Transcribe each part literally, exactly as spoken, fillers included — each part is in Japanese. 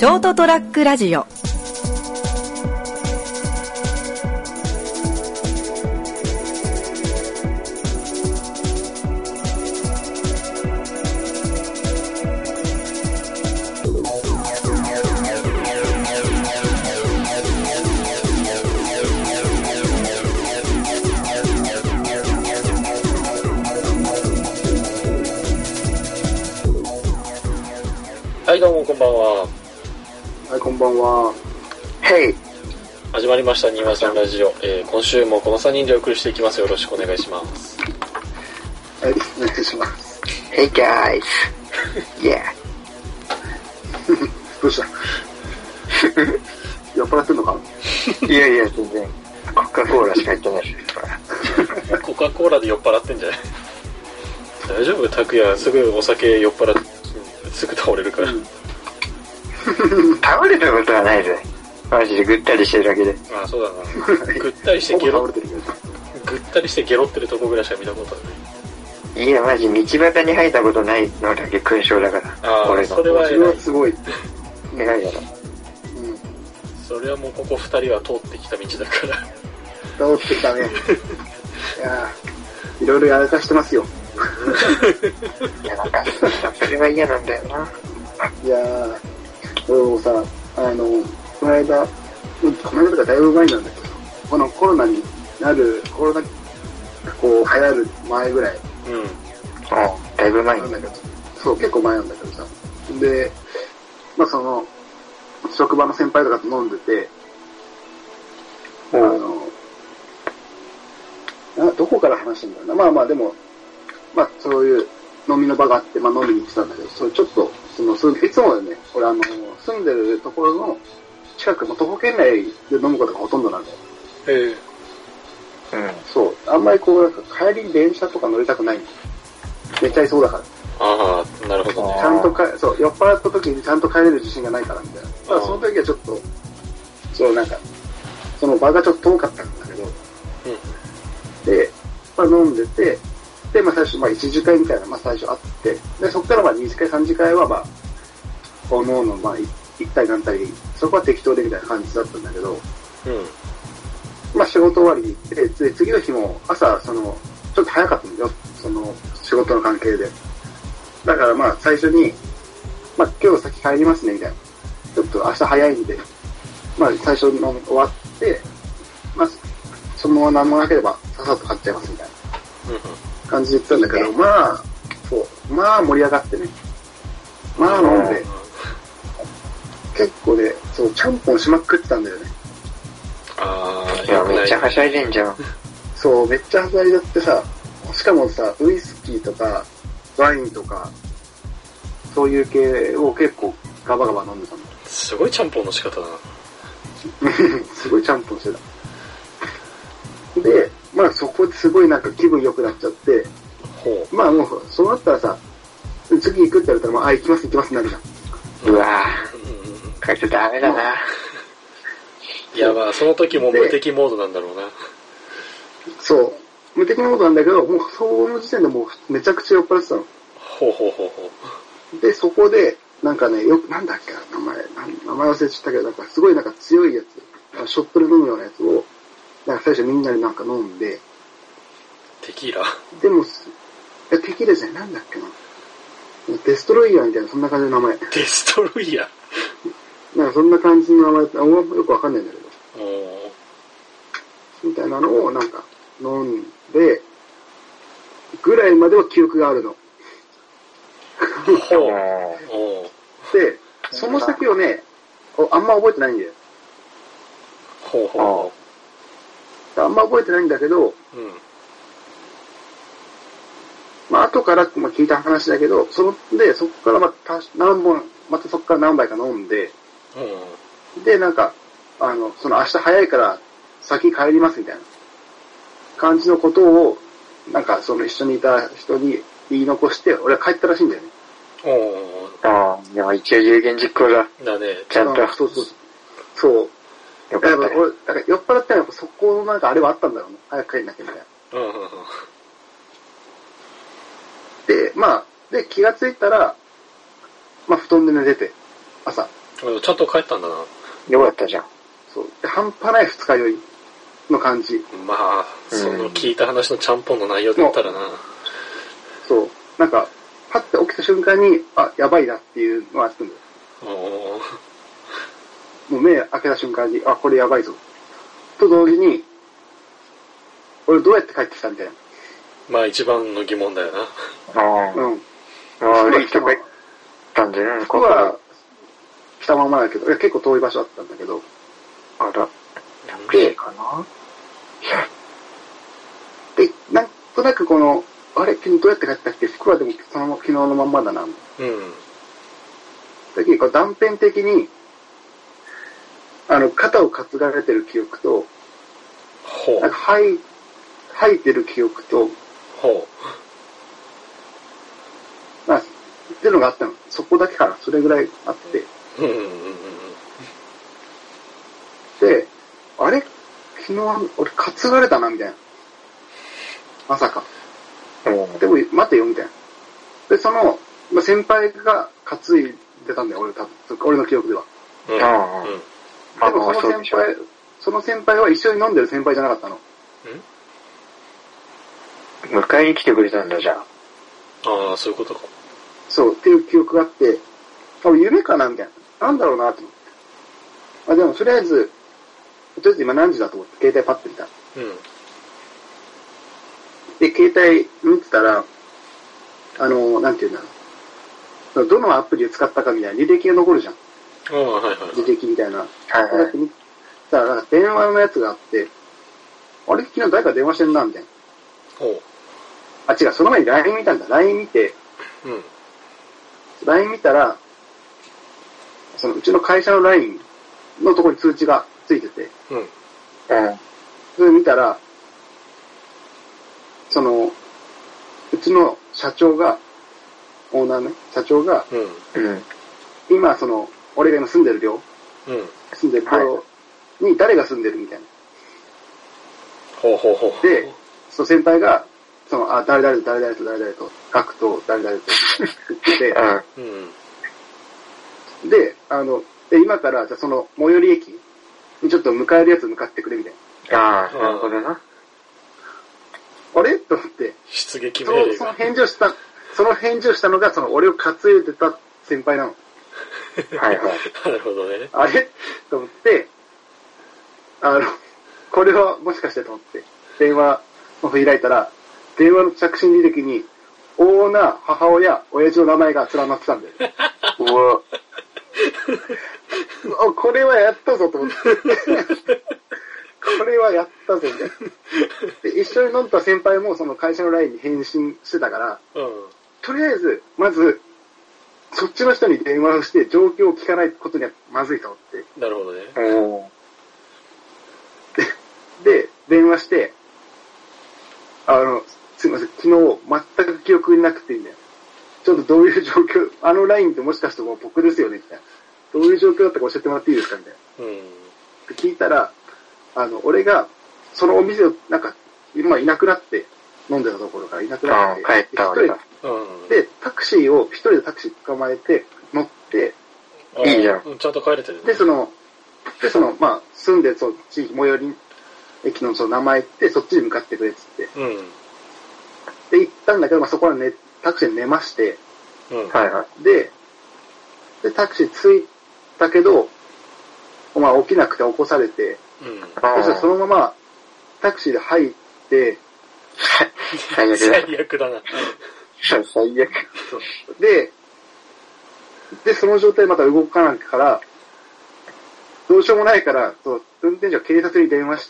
ショートトラックラジオ。 はい、どうもこんばんは。 はい、こんばんは。ヘイ。 始まりましたにまさんラジオ、えー、今週もこのさんにんでお送りしていきます。よろしくお願いします。 はい、お願いします。 Hey guys. Yeah. どうした酔っ払ってんのかいやいや、全然。コカ・コーラしか入ってないです。 コカ・コーラで酔っ払ってんじゃない？大丈夫？拓也、すぐお酒酔っ払って、すぐ倒れるから。うん倒れたことはないぜ。マジでぐったりしてるだけで。 ああ、そうだな。ぐったりしてゲロ、ぐったりしてゲロってるとこぐらいしか見たことない。 いや、マジ道端に入ったことないのだけ勲章だから。 ああ、 俺のそれはそれはすごいって。 偉いだろ。 うん。それはもうここ二人は通ってきた道だから。 通ってきたね。いやー、いろいろやらかしてますよ。 いや、なんか、それは嫌なんだよな。 いやー、俺もさ、あの、この間、この間とかだいぶ前なんだけど、このコロナになる、コロナがこう流行る前ぐらい。 うん。 ああ、だいぶ前なんだけど、そう、結構前なんだけどさ。で、まあその、職場の先輩とかと飲んでて、あの、などこから話してんだろうな。まあまあでも、まあそういう飲みの場があって、まあ飲みに行ってたんだけど、それちょっと、その、そいつもね、俺あの、住んでるところの近くの徒歩圏内で飲むことがほとんどなんだよ。 へえ。うん。 そう。あんまりこう、なんか帰りに電車とか乗りたくないんだよ。寝ちゃいそうだから。 ああ、なるほどね。 ちゃんとか、そう、酔っ払った時にちゃんと帰れる自信がないからみたいな。だからその時はちょっと、そうなんか、その場がちょっと遠かったんだけど、うん、で、まあ飲んでて、で、まあ最初、まあ一次会みたいな、まあ最初あって、で、そこからまあ二次会、三次会はまあ、おのおの、まあ一体何体、そこは適当でみたいな感じだったんだけど、うん、まあ仕事終わりに行って、で、次の日も朝、その、ちょっと早かったんだよ、その、仕事の関係で。だからまあ最初に、まあ今日先帰りますねみたいな。ちょっと明日早いんで、まあ最初の終わって、まあそのまま何もなければさっさと買っちゃいますみたいな感じで言ってたんだけど、まあ、そう、まあ盛り上がってね。まあ飲んで、結構ね、そう、ちゃんぽんしまくってたんだよね。 ああ、 いや、めっちゃはしゃいでんじゃん。 そう、めっちゃはしゃいだってさ、しかもさ、ウイスキーとか、ワインとか、そういう系を結構ガバガバ飲んでたの。 すごいちゃんぽんの仕方だな。 すごいちゃんぽんしてた。で、まあそこですごいなんか気分良くなっちゃって、ほうまあもう、そうなったらさ、次行くって言われたら、まあ、あ、行きます行きますってなるじゃん。 うわぁ、こいつダメだな。 いやまあ、その時も無敵モードなんだろうな。 そう。無敵モードなんだけど、もうその時点でもうめちゃくちゃ酔っ払ってたの。 ほうほうほうほう。で、そこで、なんかね、よく、なんだっけな、名前、名前忘れちゃったけど、なんかすごいなんか強いやつ、ショットで飲むようなやつを、なんか最初みんなでなんか飲んで、 テキーラでも、いや、テキーラじゃない、なんだっけな。デストロイヤーみたいな、そんな感じの名前。 デストロイヤーなんかそんな感じの名前って、あよくわかんないんだけど。 おみたいなのをなんか飲んで、ぐらいまでは記憶があるの。 ほう。 で、その先をね、あんま覚えてないんだよ。 ほうほう。あんま覚えてないんだけど、うん、まあ後からまあ聞いた話だけど、そのでそこからまた何本またそこから何杯か飲んで、うん、でなんかあのその明日早いから先帰りますみたいな感じのことをなんかその一緒にいた人に言い残して俺は帰ったらしいんだよね。 おああ、でも一応有言実行だ。 だね。 ちゃんと。 そうそうそう。よかったね。俺だから酔っ払ったらやっぱそこのなんかあれはあったんだろうね。早く帰んなきゃみたいな。うんうんうん。で、まあ、で、気がついたら、まあ、布団で寝てて、朝。 ちゃんと帰ったんだな。 よかったじゃん。 そう。で、半端ない二日酔いの感じ。 まあ、その聞いた話のちゃんぽんの内容だったらな。 そう。なんか、パッて起きた瞬間に、あ、やばいなっていうのがあったんだよ。 おもう目開けた瞬間に、あ、これやばいぞ。と同時に、俺どうやって帰ってきたみたいな。 まあ一番の疑問だよな。 ああ。 うん。 ああ、歩いて帰ったんじゃないのここは、来たままだけど、いや結構遠い場所だったんだけど。 あら。何時かなで、なんとなくこの、あれ、昨日どうやって帰ったっけ服はでもその昨日のまんまだな。うん。だけど断片的に、あの、肩を担がれてる記憶と、 ほう。 なんか吐い、吐いてる記憶と、 ほう。まあ、っていうのがあったの。そこだけかな。それぐらいあって。 うんうんうんうん。 で、あれ昨日、俺担がれたな、みたいな。まさか。でも、待てよ、みたいな。で、その、まあ、先輩が担いでたんだよ、俺多分。俺の記憶では。 うん。 うんでもその先輩、その先輩は一緒に飲んでる先輩じゃなかったの。 ん迎えに来てくれたんだ、じゃあ。ああ、そういうことか。 そう、っていう記憶があって、多分夢かなみたいな。なんだろうなと思って。あ、でもとりあえず、とりあえず今何時だと思って携帯パッて見た。 うん。 で、携帯見てたら、あの、なんていうんだろう。どのアプリを使ったかみたいな履歴が残るじゃん。 ああ、はいはい。 履歴みたいな。 はいはい。 だって見たら、なんか電話のやつがあって、あれ昨日誰か電話してんな、みたいな。 ほう。 あ、違う、その前に ライン 見たんだ。ライン 見て、 うん。 ライン 見たら、そのうちの会社の ライン のところに通知がついてて、 うん。うん。 それ見たら、その、うちの社長が、オーナーね、社長が、 うん。 うん。 今その、俺が今住んでる寮、 うん。 住んでる寮に誰が住んでるみたいな。 ほうほうほう。 で、その先輩が、その、あ、誰々と誰々と誰々と、ガクと誰々と言ってて、 うん。 で、あの、で、今から、じゃあその、最寄り駅にちょっと迎えるやつ向かってくれみたいな。 ああ、なるほどな。 あれと思って、 出撃そのその命令が。 返事をした、その返事をしたのが、その、俺を担いでた先輩なの。 はいはい。 なるほどね。 あれと思って、あの、これはもしかしてと思って、電話を開いたら、電話の着信履歴に、オーナー、母親、親父の名前が連なってたんだよ。 うわ。 あ、これはやったぞと思って。これはやったぜみたいな。で、一緒に飲んだ先輩もその会社の ライン に返信してたから、 うん。 とりあえず、まず、そっちの人に電話をして状況を聞かないことにはまずいと思って。 なるほどね。 おで、で電話して、あの、すいません、昨日全く記憶になくていいんだよ。ちょっとどういう状況、あの ライン ってもしかしてもう僕ですよねみたいな。どういう状況だったか教えてもらっていいですかみたいな。 うん。 って聞いたら、あの、俺が、そのお店を、なんか、今いなくなって、飲んでたところからいなくなって、 ああ、帰ったわけだ。 うん。 で、タクシーを、一人でタクシー捕まえて、乗って、 いいじゃんうん。ちゃんと帰れてるね。 で、その、で、その、まあ、住んでるその地域、最寄り駅のその名前言って、そっちに向かってくれっつって。 うん。 で、行ったんだけど、まあ、そこはね、タクシーに寝まして、 うん。 はいはい。 で、で、タクシー着いたけど、まあ、起きなくて起こされて、 うん。 そしたらそのまま、タクシーで入って、 最悪だ。 最悪だな。 最悪。 で、で、その状態また動かないから、どうしようもないから、そう運転手は警察に電話して、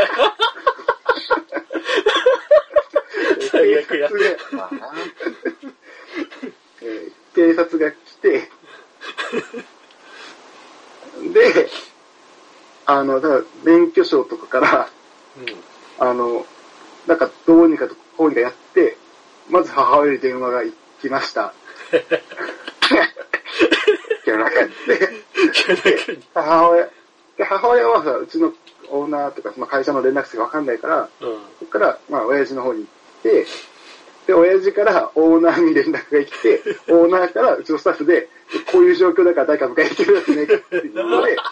最悪や。 警察が、 まあな。 えー警察が来て、で、あの、だから免許証とかから、 うん。 あの、なんかどうにかとこうにかやって、まず母親に電話が行きました。 夜中に。 で、母親、で母親はさ、うちのオーナーとか、まあ、会社の連絡先がわかんないから、 うん。 そこから、まあ、親父の方に行って、で、親父からオーナーに連絡が来て、オーナーからうちのスタッフで、 こういう状況だから誰か迎えに来てるやつねえかっていうので、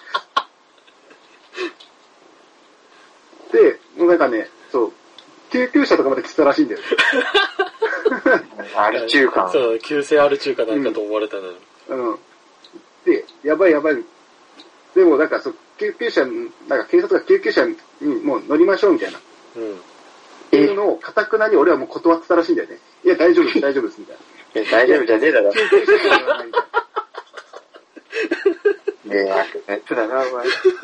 で、もうなんかね、そう、救急車とかまで来てたらしいんだよ。 アル中華。 そう、急性アル中華なんかと思われたのよ。 うん。で、やばいやばい。でもなんかそう、救急車、なんか警察が救急車にもう乗りましょうみたいな。 うん。 っていうのを、かたくなに俺はもう断ってたらしいんだよね。いや、大丈夫です、大丈夫です、みたいな。 いや、大丈夫じゃねえだろ。 救急車に乗らないみたいな。 迷惑なやつだな、お前。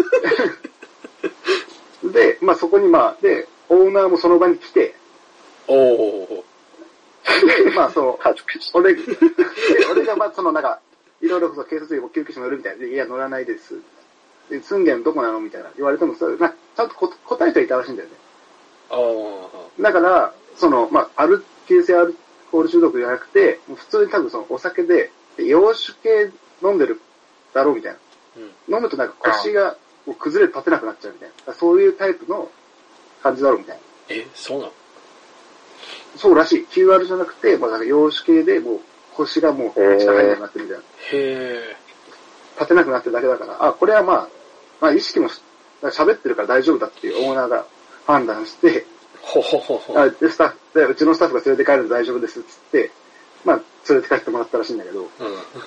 で、まあそこにまあ、で、オーナーもその場に来て、 おー。 で、まあそう、 恥ずかしい。 俺、で俺がまあそのなんか、いろいろ警察に救急車乗るみたいな。で、いや、乗らないです。で、住んでんのどこなのみたいな言われても、それなちゃんとこ答えてはいたらしいんだよね。 ああ。 だから、その、まあ、アル、急性アルコール中毒じゃなくて、もう普通に多分そのお酒で、で洋酒系飲んでるだろうみたいな。うん、飲むとなんか腰がもう崩れて立てなくなっちゃうみたいな。そういうタイプの感じだろうみたいな。 え、そうなの？ そうらしい。キューアール じゃなくて、まあ、なんか洋酒系でもう腰がもう力入らなくなってるみたいな。 へー。立てなくなってるだけだから、あ、これはまあ、まあ意識も喋ってるから大丈夫だっていうオーナーが判断して、 ほほほほ。 あで、スタッフ、で、うちのスタッフが連れて帰るんで大丈夫ですっつって、まあ、連れて帰ってもらったらしいんだけど、うん、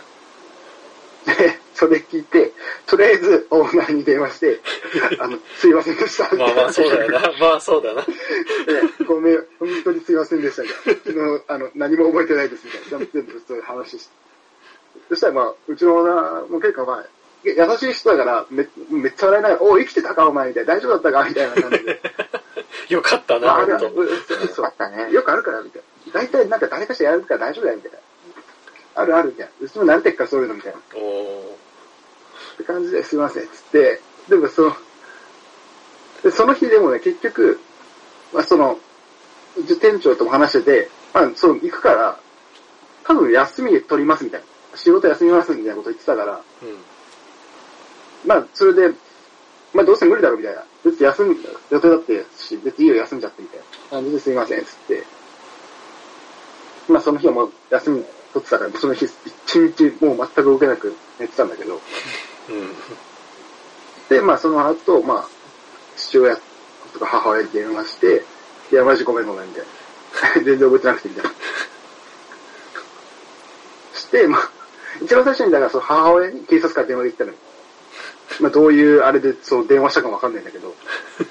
で、それ聞いて、とりあえずオーナーに電話して、あの、すいませんでした。 まあまあそうだよな。まあそうだな。 で、ごめん、本当にすいませんでしたみたいな。昨日、あの、何も覚えてないですみたいな。全部そういう話して。そしたらまあ、うちのオーナーも結構まあ、優しい人だからめ、めっちゃ笑いながら、おい、生きてたかお前みたいな。大丈夫だったかみたいな感じで。 よかったな、 ある本当。 そう、ね、よくあるから、みたいな。大体なんか誰かしらやるから大丈夫だよ、みたいな。あるある、みたいな。うちも慣れてっからそういうの、みたいな。 おー。 って感じですいません、つって。でもその、でその日でもね、結局、まあその、店長とも話してて、まあその、行くから、多分休み取ります、みたいな。仕事休みます、みたいなこと言ってたから、うん、まあそれで、まあどうせ無理だろ、みたいな。別に休む予定だってし、別にいいよ休んじゃってみたいな感じですいません、つって。まあその日はもう休み取ってたから、その日一日もう全く動けなく寝てたんだけど。うん、で、まあその後、まあ、父親とか母親に電話して、いや、マジごめんごめんみたいな。全然覚えてなくてみたいな。して、まあ、一番最初にだからその母親に警察から電話できたのよ。まあどういうあれでそう電話したかわかんないんだけど。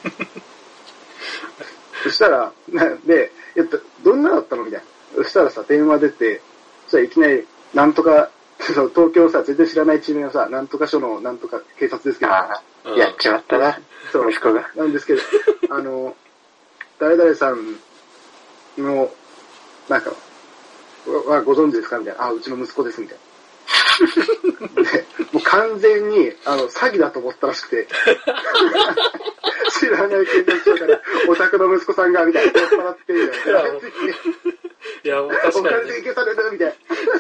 そしたら、で、えっと、どんなだったのみたいな。そしたらさ、電話出て、そしたらいきなり、なんとか、東京さ、全然知らない地名のさ、なんとか署のなんとか警察ですけど。 ああ、やっちまったな。そう、息子が。 なんですけど、あの、誰々さんの、なんか、はご存知ですかみたいな。あ、うちの息子です、みたいな。で、もう完全に、あの、詐欺だと思ったらしくて。知らない警察署から、お宅の息子さんが、みたいな、酔っ払って、みたいな。 いや、もう確かに、ね。 お金請求される、みたいな。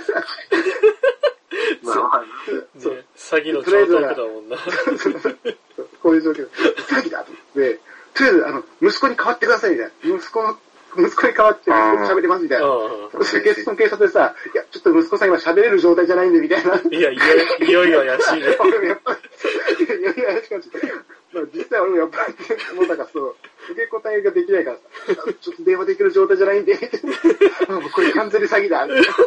そう、ね、詐欺の超トップだもんな。 こういう状況。詐欺だと思って、とりあえず、あの、息子に代わってください、みたいな。息子の、息子に代わって喋ります、みたいな。そして、その警察でさ、いや、ちょっと息子さん今喋れる状態じゃないんで、みたいな。 いや、いよいよいよ怪しいね。 俺もやっぱり、いよいよ怪しかった。まあ、実際俺もやっぱり、思ったからそう、受け答えができないからさ、ちょっと電話できる状態じゃないんで、みたいな。これ完全に詐欺だ、みたいな。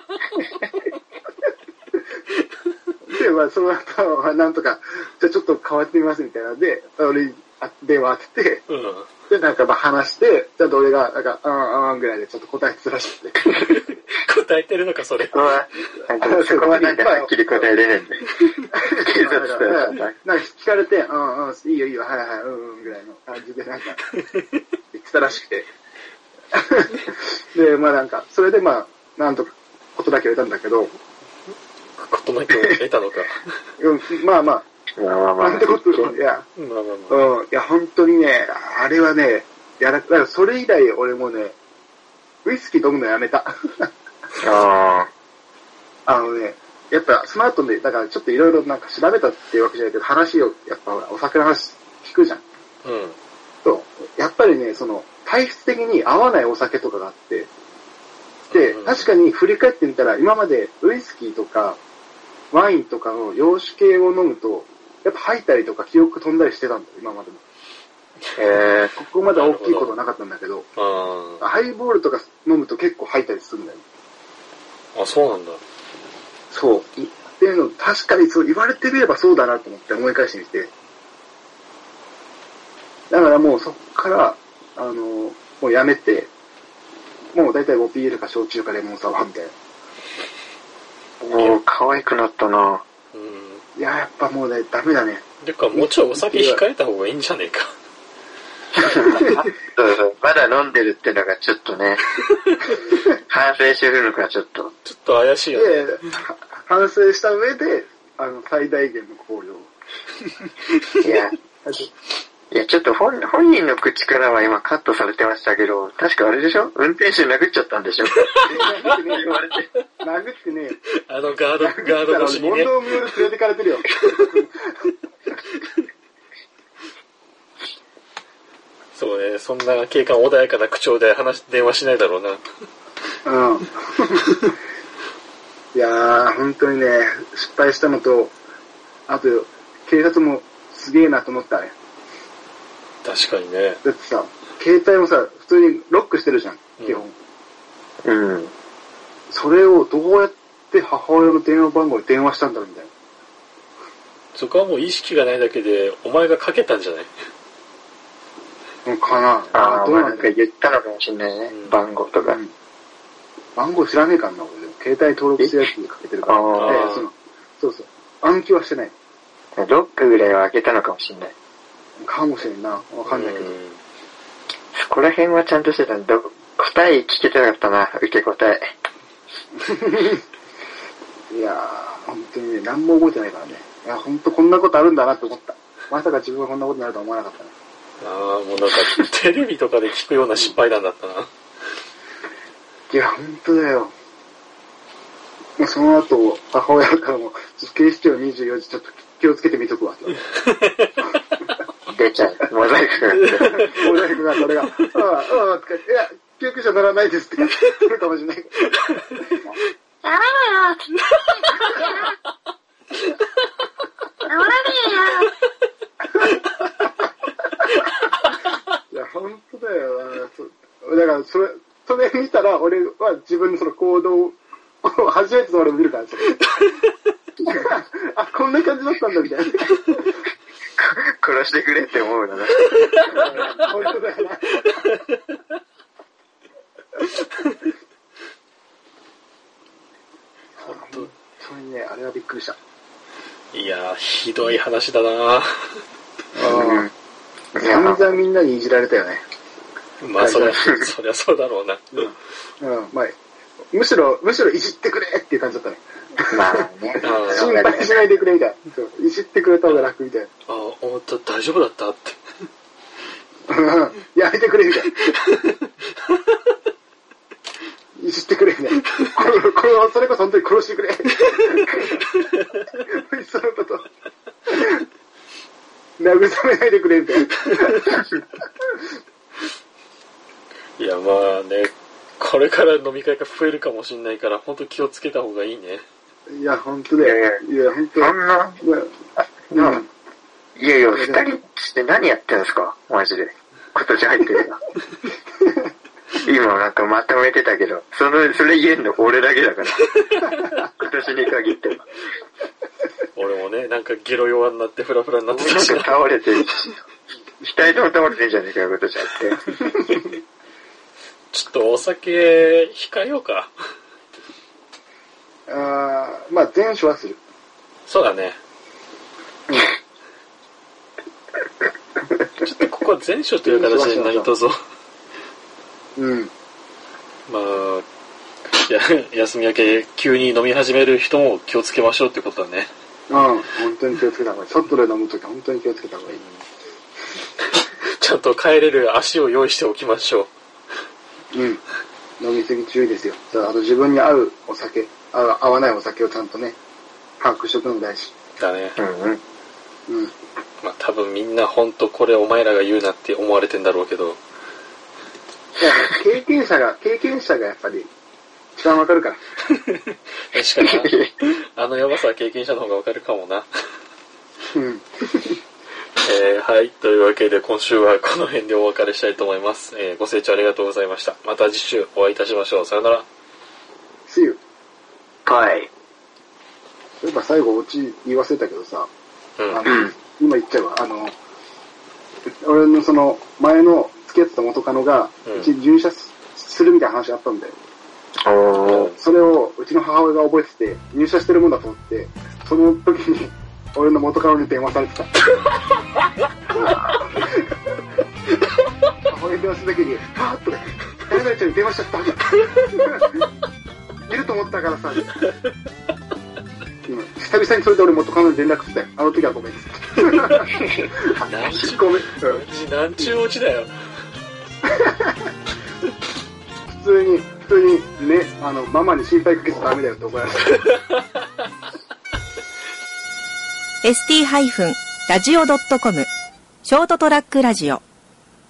で、まあ、その後は、なんとか、じゃあちょっと変わってみます、みたいなので、俺に電話当てて、うん、で、なんかまあ話して、ちゃんと俺が、なんか、うん、うん、ぐらいでちょっと答えてたらしくて。 答えてるのか、それ。 なんか、そこはなんかはっきり答えれねえんだよ。 なんか聞かれて、うん、うん、いいよいいよ、はいはい、うん、うん、ぐらいの感じで、なんか、言ってたらしくて。で、まあなんか、それでまあ、なんとか、ことだけ言えたんだけど、 ことだけ得たのか。 うん、まあまあ。 まあまあまあ。 なんてこと、いや、まあまあまあ。うん、いや、本当にね、あれはね、やら、だからそれ以来俺もね、ウイスキー飲むのやめた。 ああのね、やっぱスマートで、だからちょっといろいろなんか調べたっていうわけじゃないけど、話を、やっぱお酒の話聞くじゃん。うん。と、やっぱりね、その、体質的に合わないお酒とかがあって、で、確かに振り返ってみたら、今までウイスキーとか、 ワインとかの洋酒系を飲むと、やっぱ吐いたりとか記憶飛んだりしてたんだよ、今までも。 へー。 ここまで大きいことはなかったんだけど、 あハイボールとか飲むと結構吐いたりするんだよ。 あ、そうなんだ。 そう。っていうの、確かにそう言われてみればそうだなと思って思い返してみて。だからもうそっから、あの、もうやめて、もう大体もうビールか焼酎かレモンサワーみたいな。 おー、可愛くなったな。 うん。 いや、やっぱもうね、ダメだね。 てか、もうちょいお酒控えた方がいいんじゃねえか。 そうそう。まだ飲んでるってのがちょっとね、反省してるのかちょっと。 ちょっと怪しいよね。 で、反省した上で、あの、最大限の考慮を。 いや、いや、ちょっと本本人の口からは今カットされてましたけど、確かあれでしょ？運転手殴っちゃったんでしょ？ 殴ってねえよ。殴ってねえよ。 あのガード、ガード越しにね。 問答無用で連れてかれてるよ。 そうね、そんな警官穏やかな口調で話、電話しないだろうな。 うん。いやー、本当にね、失敗したのと、あと、警察もすげえなと思ったね。 確かにね。 だってさ、携帯もさ、普通にロックしてるじゃん、基本。 うん。 それをどうやって母親の電話番号に電話したんだろうみたいな。 そこはもう意識がないだけで、お前がかけたんじゃない？ かなああ、 どうなんなんか言ったのかもしんないね。うん、番号とか、うん。番号知らねえかんな、俺。携帯登録してるやつにかけてるから。あそのそうそう。暗記はしてない。 ロックぐらいは開けたのかもしんない。 かもしれんな。わかんないけど。 そこら辺はちゃんとしてたんだ。答え聞けてなかったな、受け答え。 いやー、本当にね、何も覚えてないからね。いや、本当こんなことあるんだなって思った。まさか自分がこんなことになるとは思わなかったね。 ああ、もうなんか、テレビとかで聞くような失敗談だったな。 いや、本当だよ。その後、母親からも、警視庁にじゅうよじちょっと気をつけてみとくわ。 出ちゃう。モザイクが。 モザイクが、それが。ああ、ああ、とか、いや、救急車乗らないですって言うかもしれない。やめろよやめろよいや、本当だよ。だから、それ、それ見たら、俺は自分のその行動を、初めて俺も見るから、あ、こんな感じだったんだ、みたいな。 殺してくれって思うな。 本当だよな。本当にね、あれはびっくりした。 いやー、ひどい話だな。 うん。散々みんなにいじられたよね。 まあ、そりゃ、そりゃそうだろうな。 うん。うん、まあ、むしろ、むしろいじってくれっていう感じだったね。まあね。心配しないでくれみたいな。いじってくれた方が楽みたいな。 あ、思った、大丈夫だったって。 やめてくれみたいな。いじってくれみたいな。これ、それこそ本当に殺してくれ。そのこと。慰めないでくれみたいな。いや、まあね、これから飲み会が増えるかもしれないから、本当気をつけた方がいいね。 いや、本当だよ。いや、本当。 そんな、うん。いやいや、二人して何やってんすかマジで。今年入ってるな。今なんかまとめてたけど、その、それ言えんの俺だけだから。今年に限っては。 俺もね、なんかゲロ弱になってフラフラになってたし。 なんか倒れて、二人とも倒れてんじゃねえかよ、今年入って。 ちょっとお酒控えようか。 あー、まあ前処はする。 そうだね。ちょっとここは前処という形で何とぞ。うん。まあ、や休み明け急に飲み始める人も気をつけましょうってことだね。 うん、本当に気をつけた方がいい。外で飲むときは本当に気をつけた方がいい。 ちゃんと帰れる足を用意しておきましょう。うん。飲みすぎ注意ですよ。あと自分に合うお酒、合合わないお酒をちゃんとね、把握しとくのも大事。 だね。 うんうん。うん。 まあ多分みんな本当これお前らが言うなって思われてんだろうけど。 いや、経験者が、経験者がやっぱり、 一番わかるから。 確かに。あのやばさは経験者の方がわかるかもな。うん。えー、はい。というわけで今週はこの辺でお別れしたいと思います。えー、ご清聴ありがとうございました。また次週お会いいたしましょう。さよなら。 See you. はい。 そういえば最後オチ言い忘れたけどさ、うん、あの、うん、今言っちゃえば、あの、俺のその前の付き合ってた元カノが、うち入社するみたいな話あったんだよ。うん、それをうちの母親が覚えてて、入社してるもんだと思って、その時に俺の元カノに電話されてた。母親に電話した時に、はぁっと、誰々ちゃんに電話しちゃった。いると思ったからさ、久々にそれで俺元カノに連絡したよ。あの時はごめん。 何ちゅう、ごめん。何ちゅうオチだよ。 普通に、普通にね、あの、ママに心配かけちゃダメだよって怒られた。 エスティー ラジオ ドットコム ショートトラックラジオ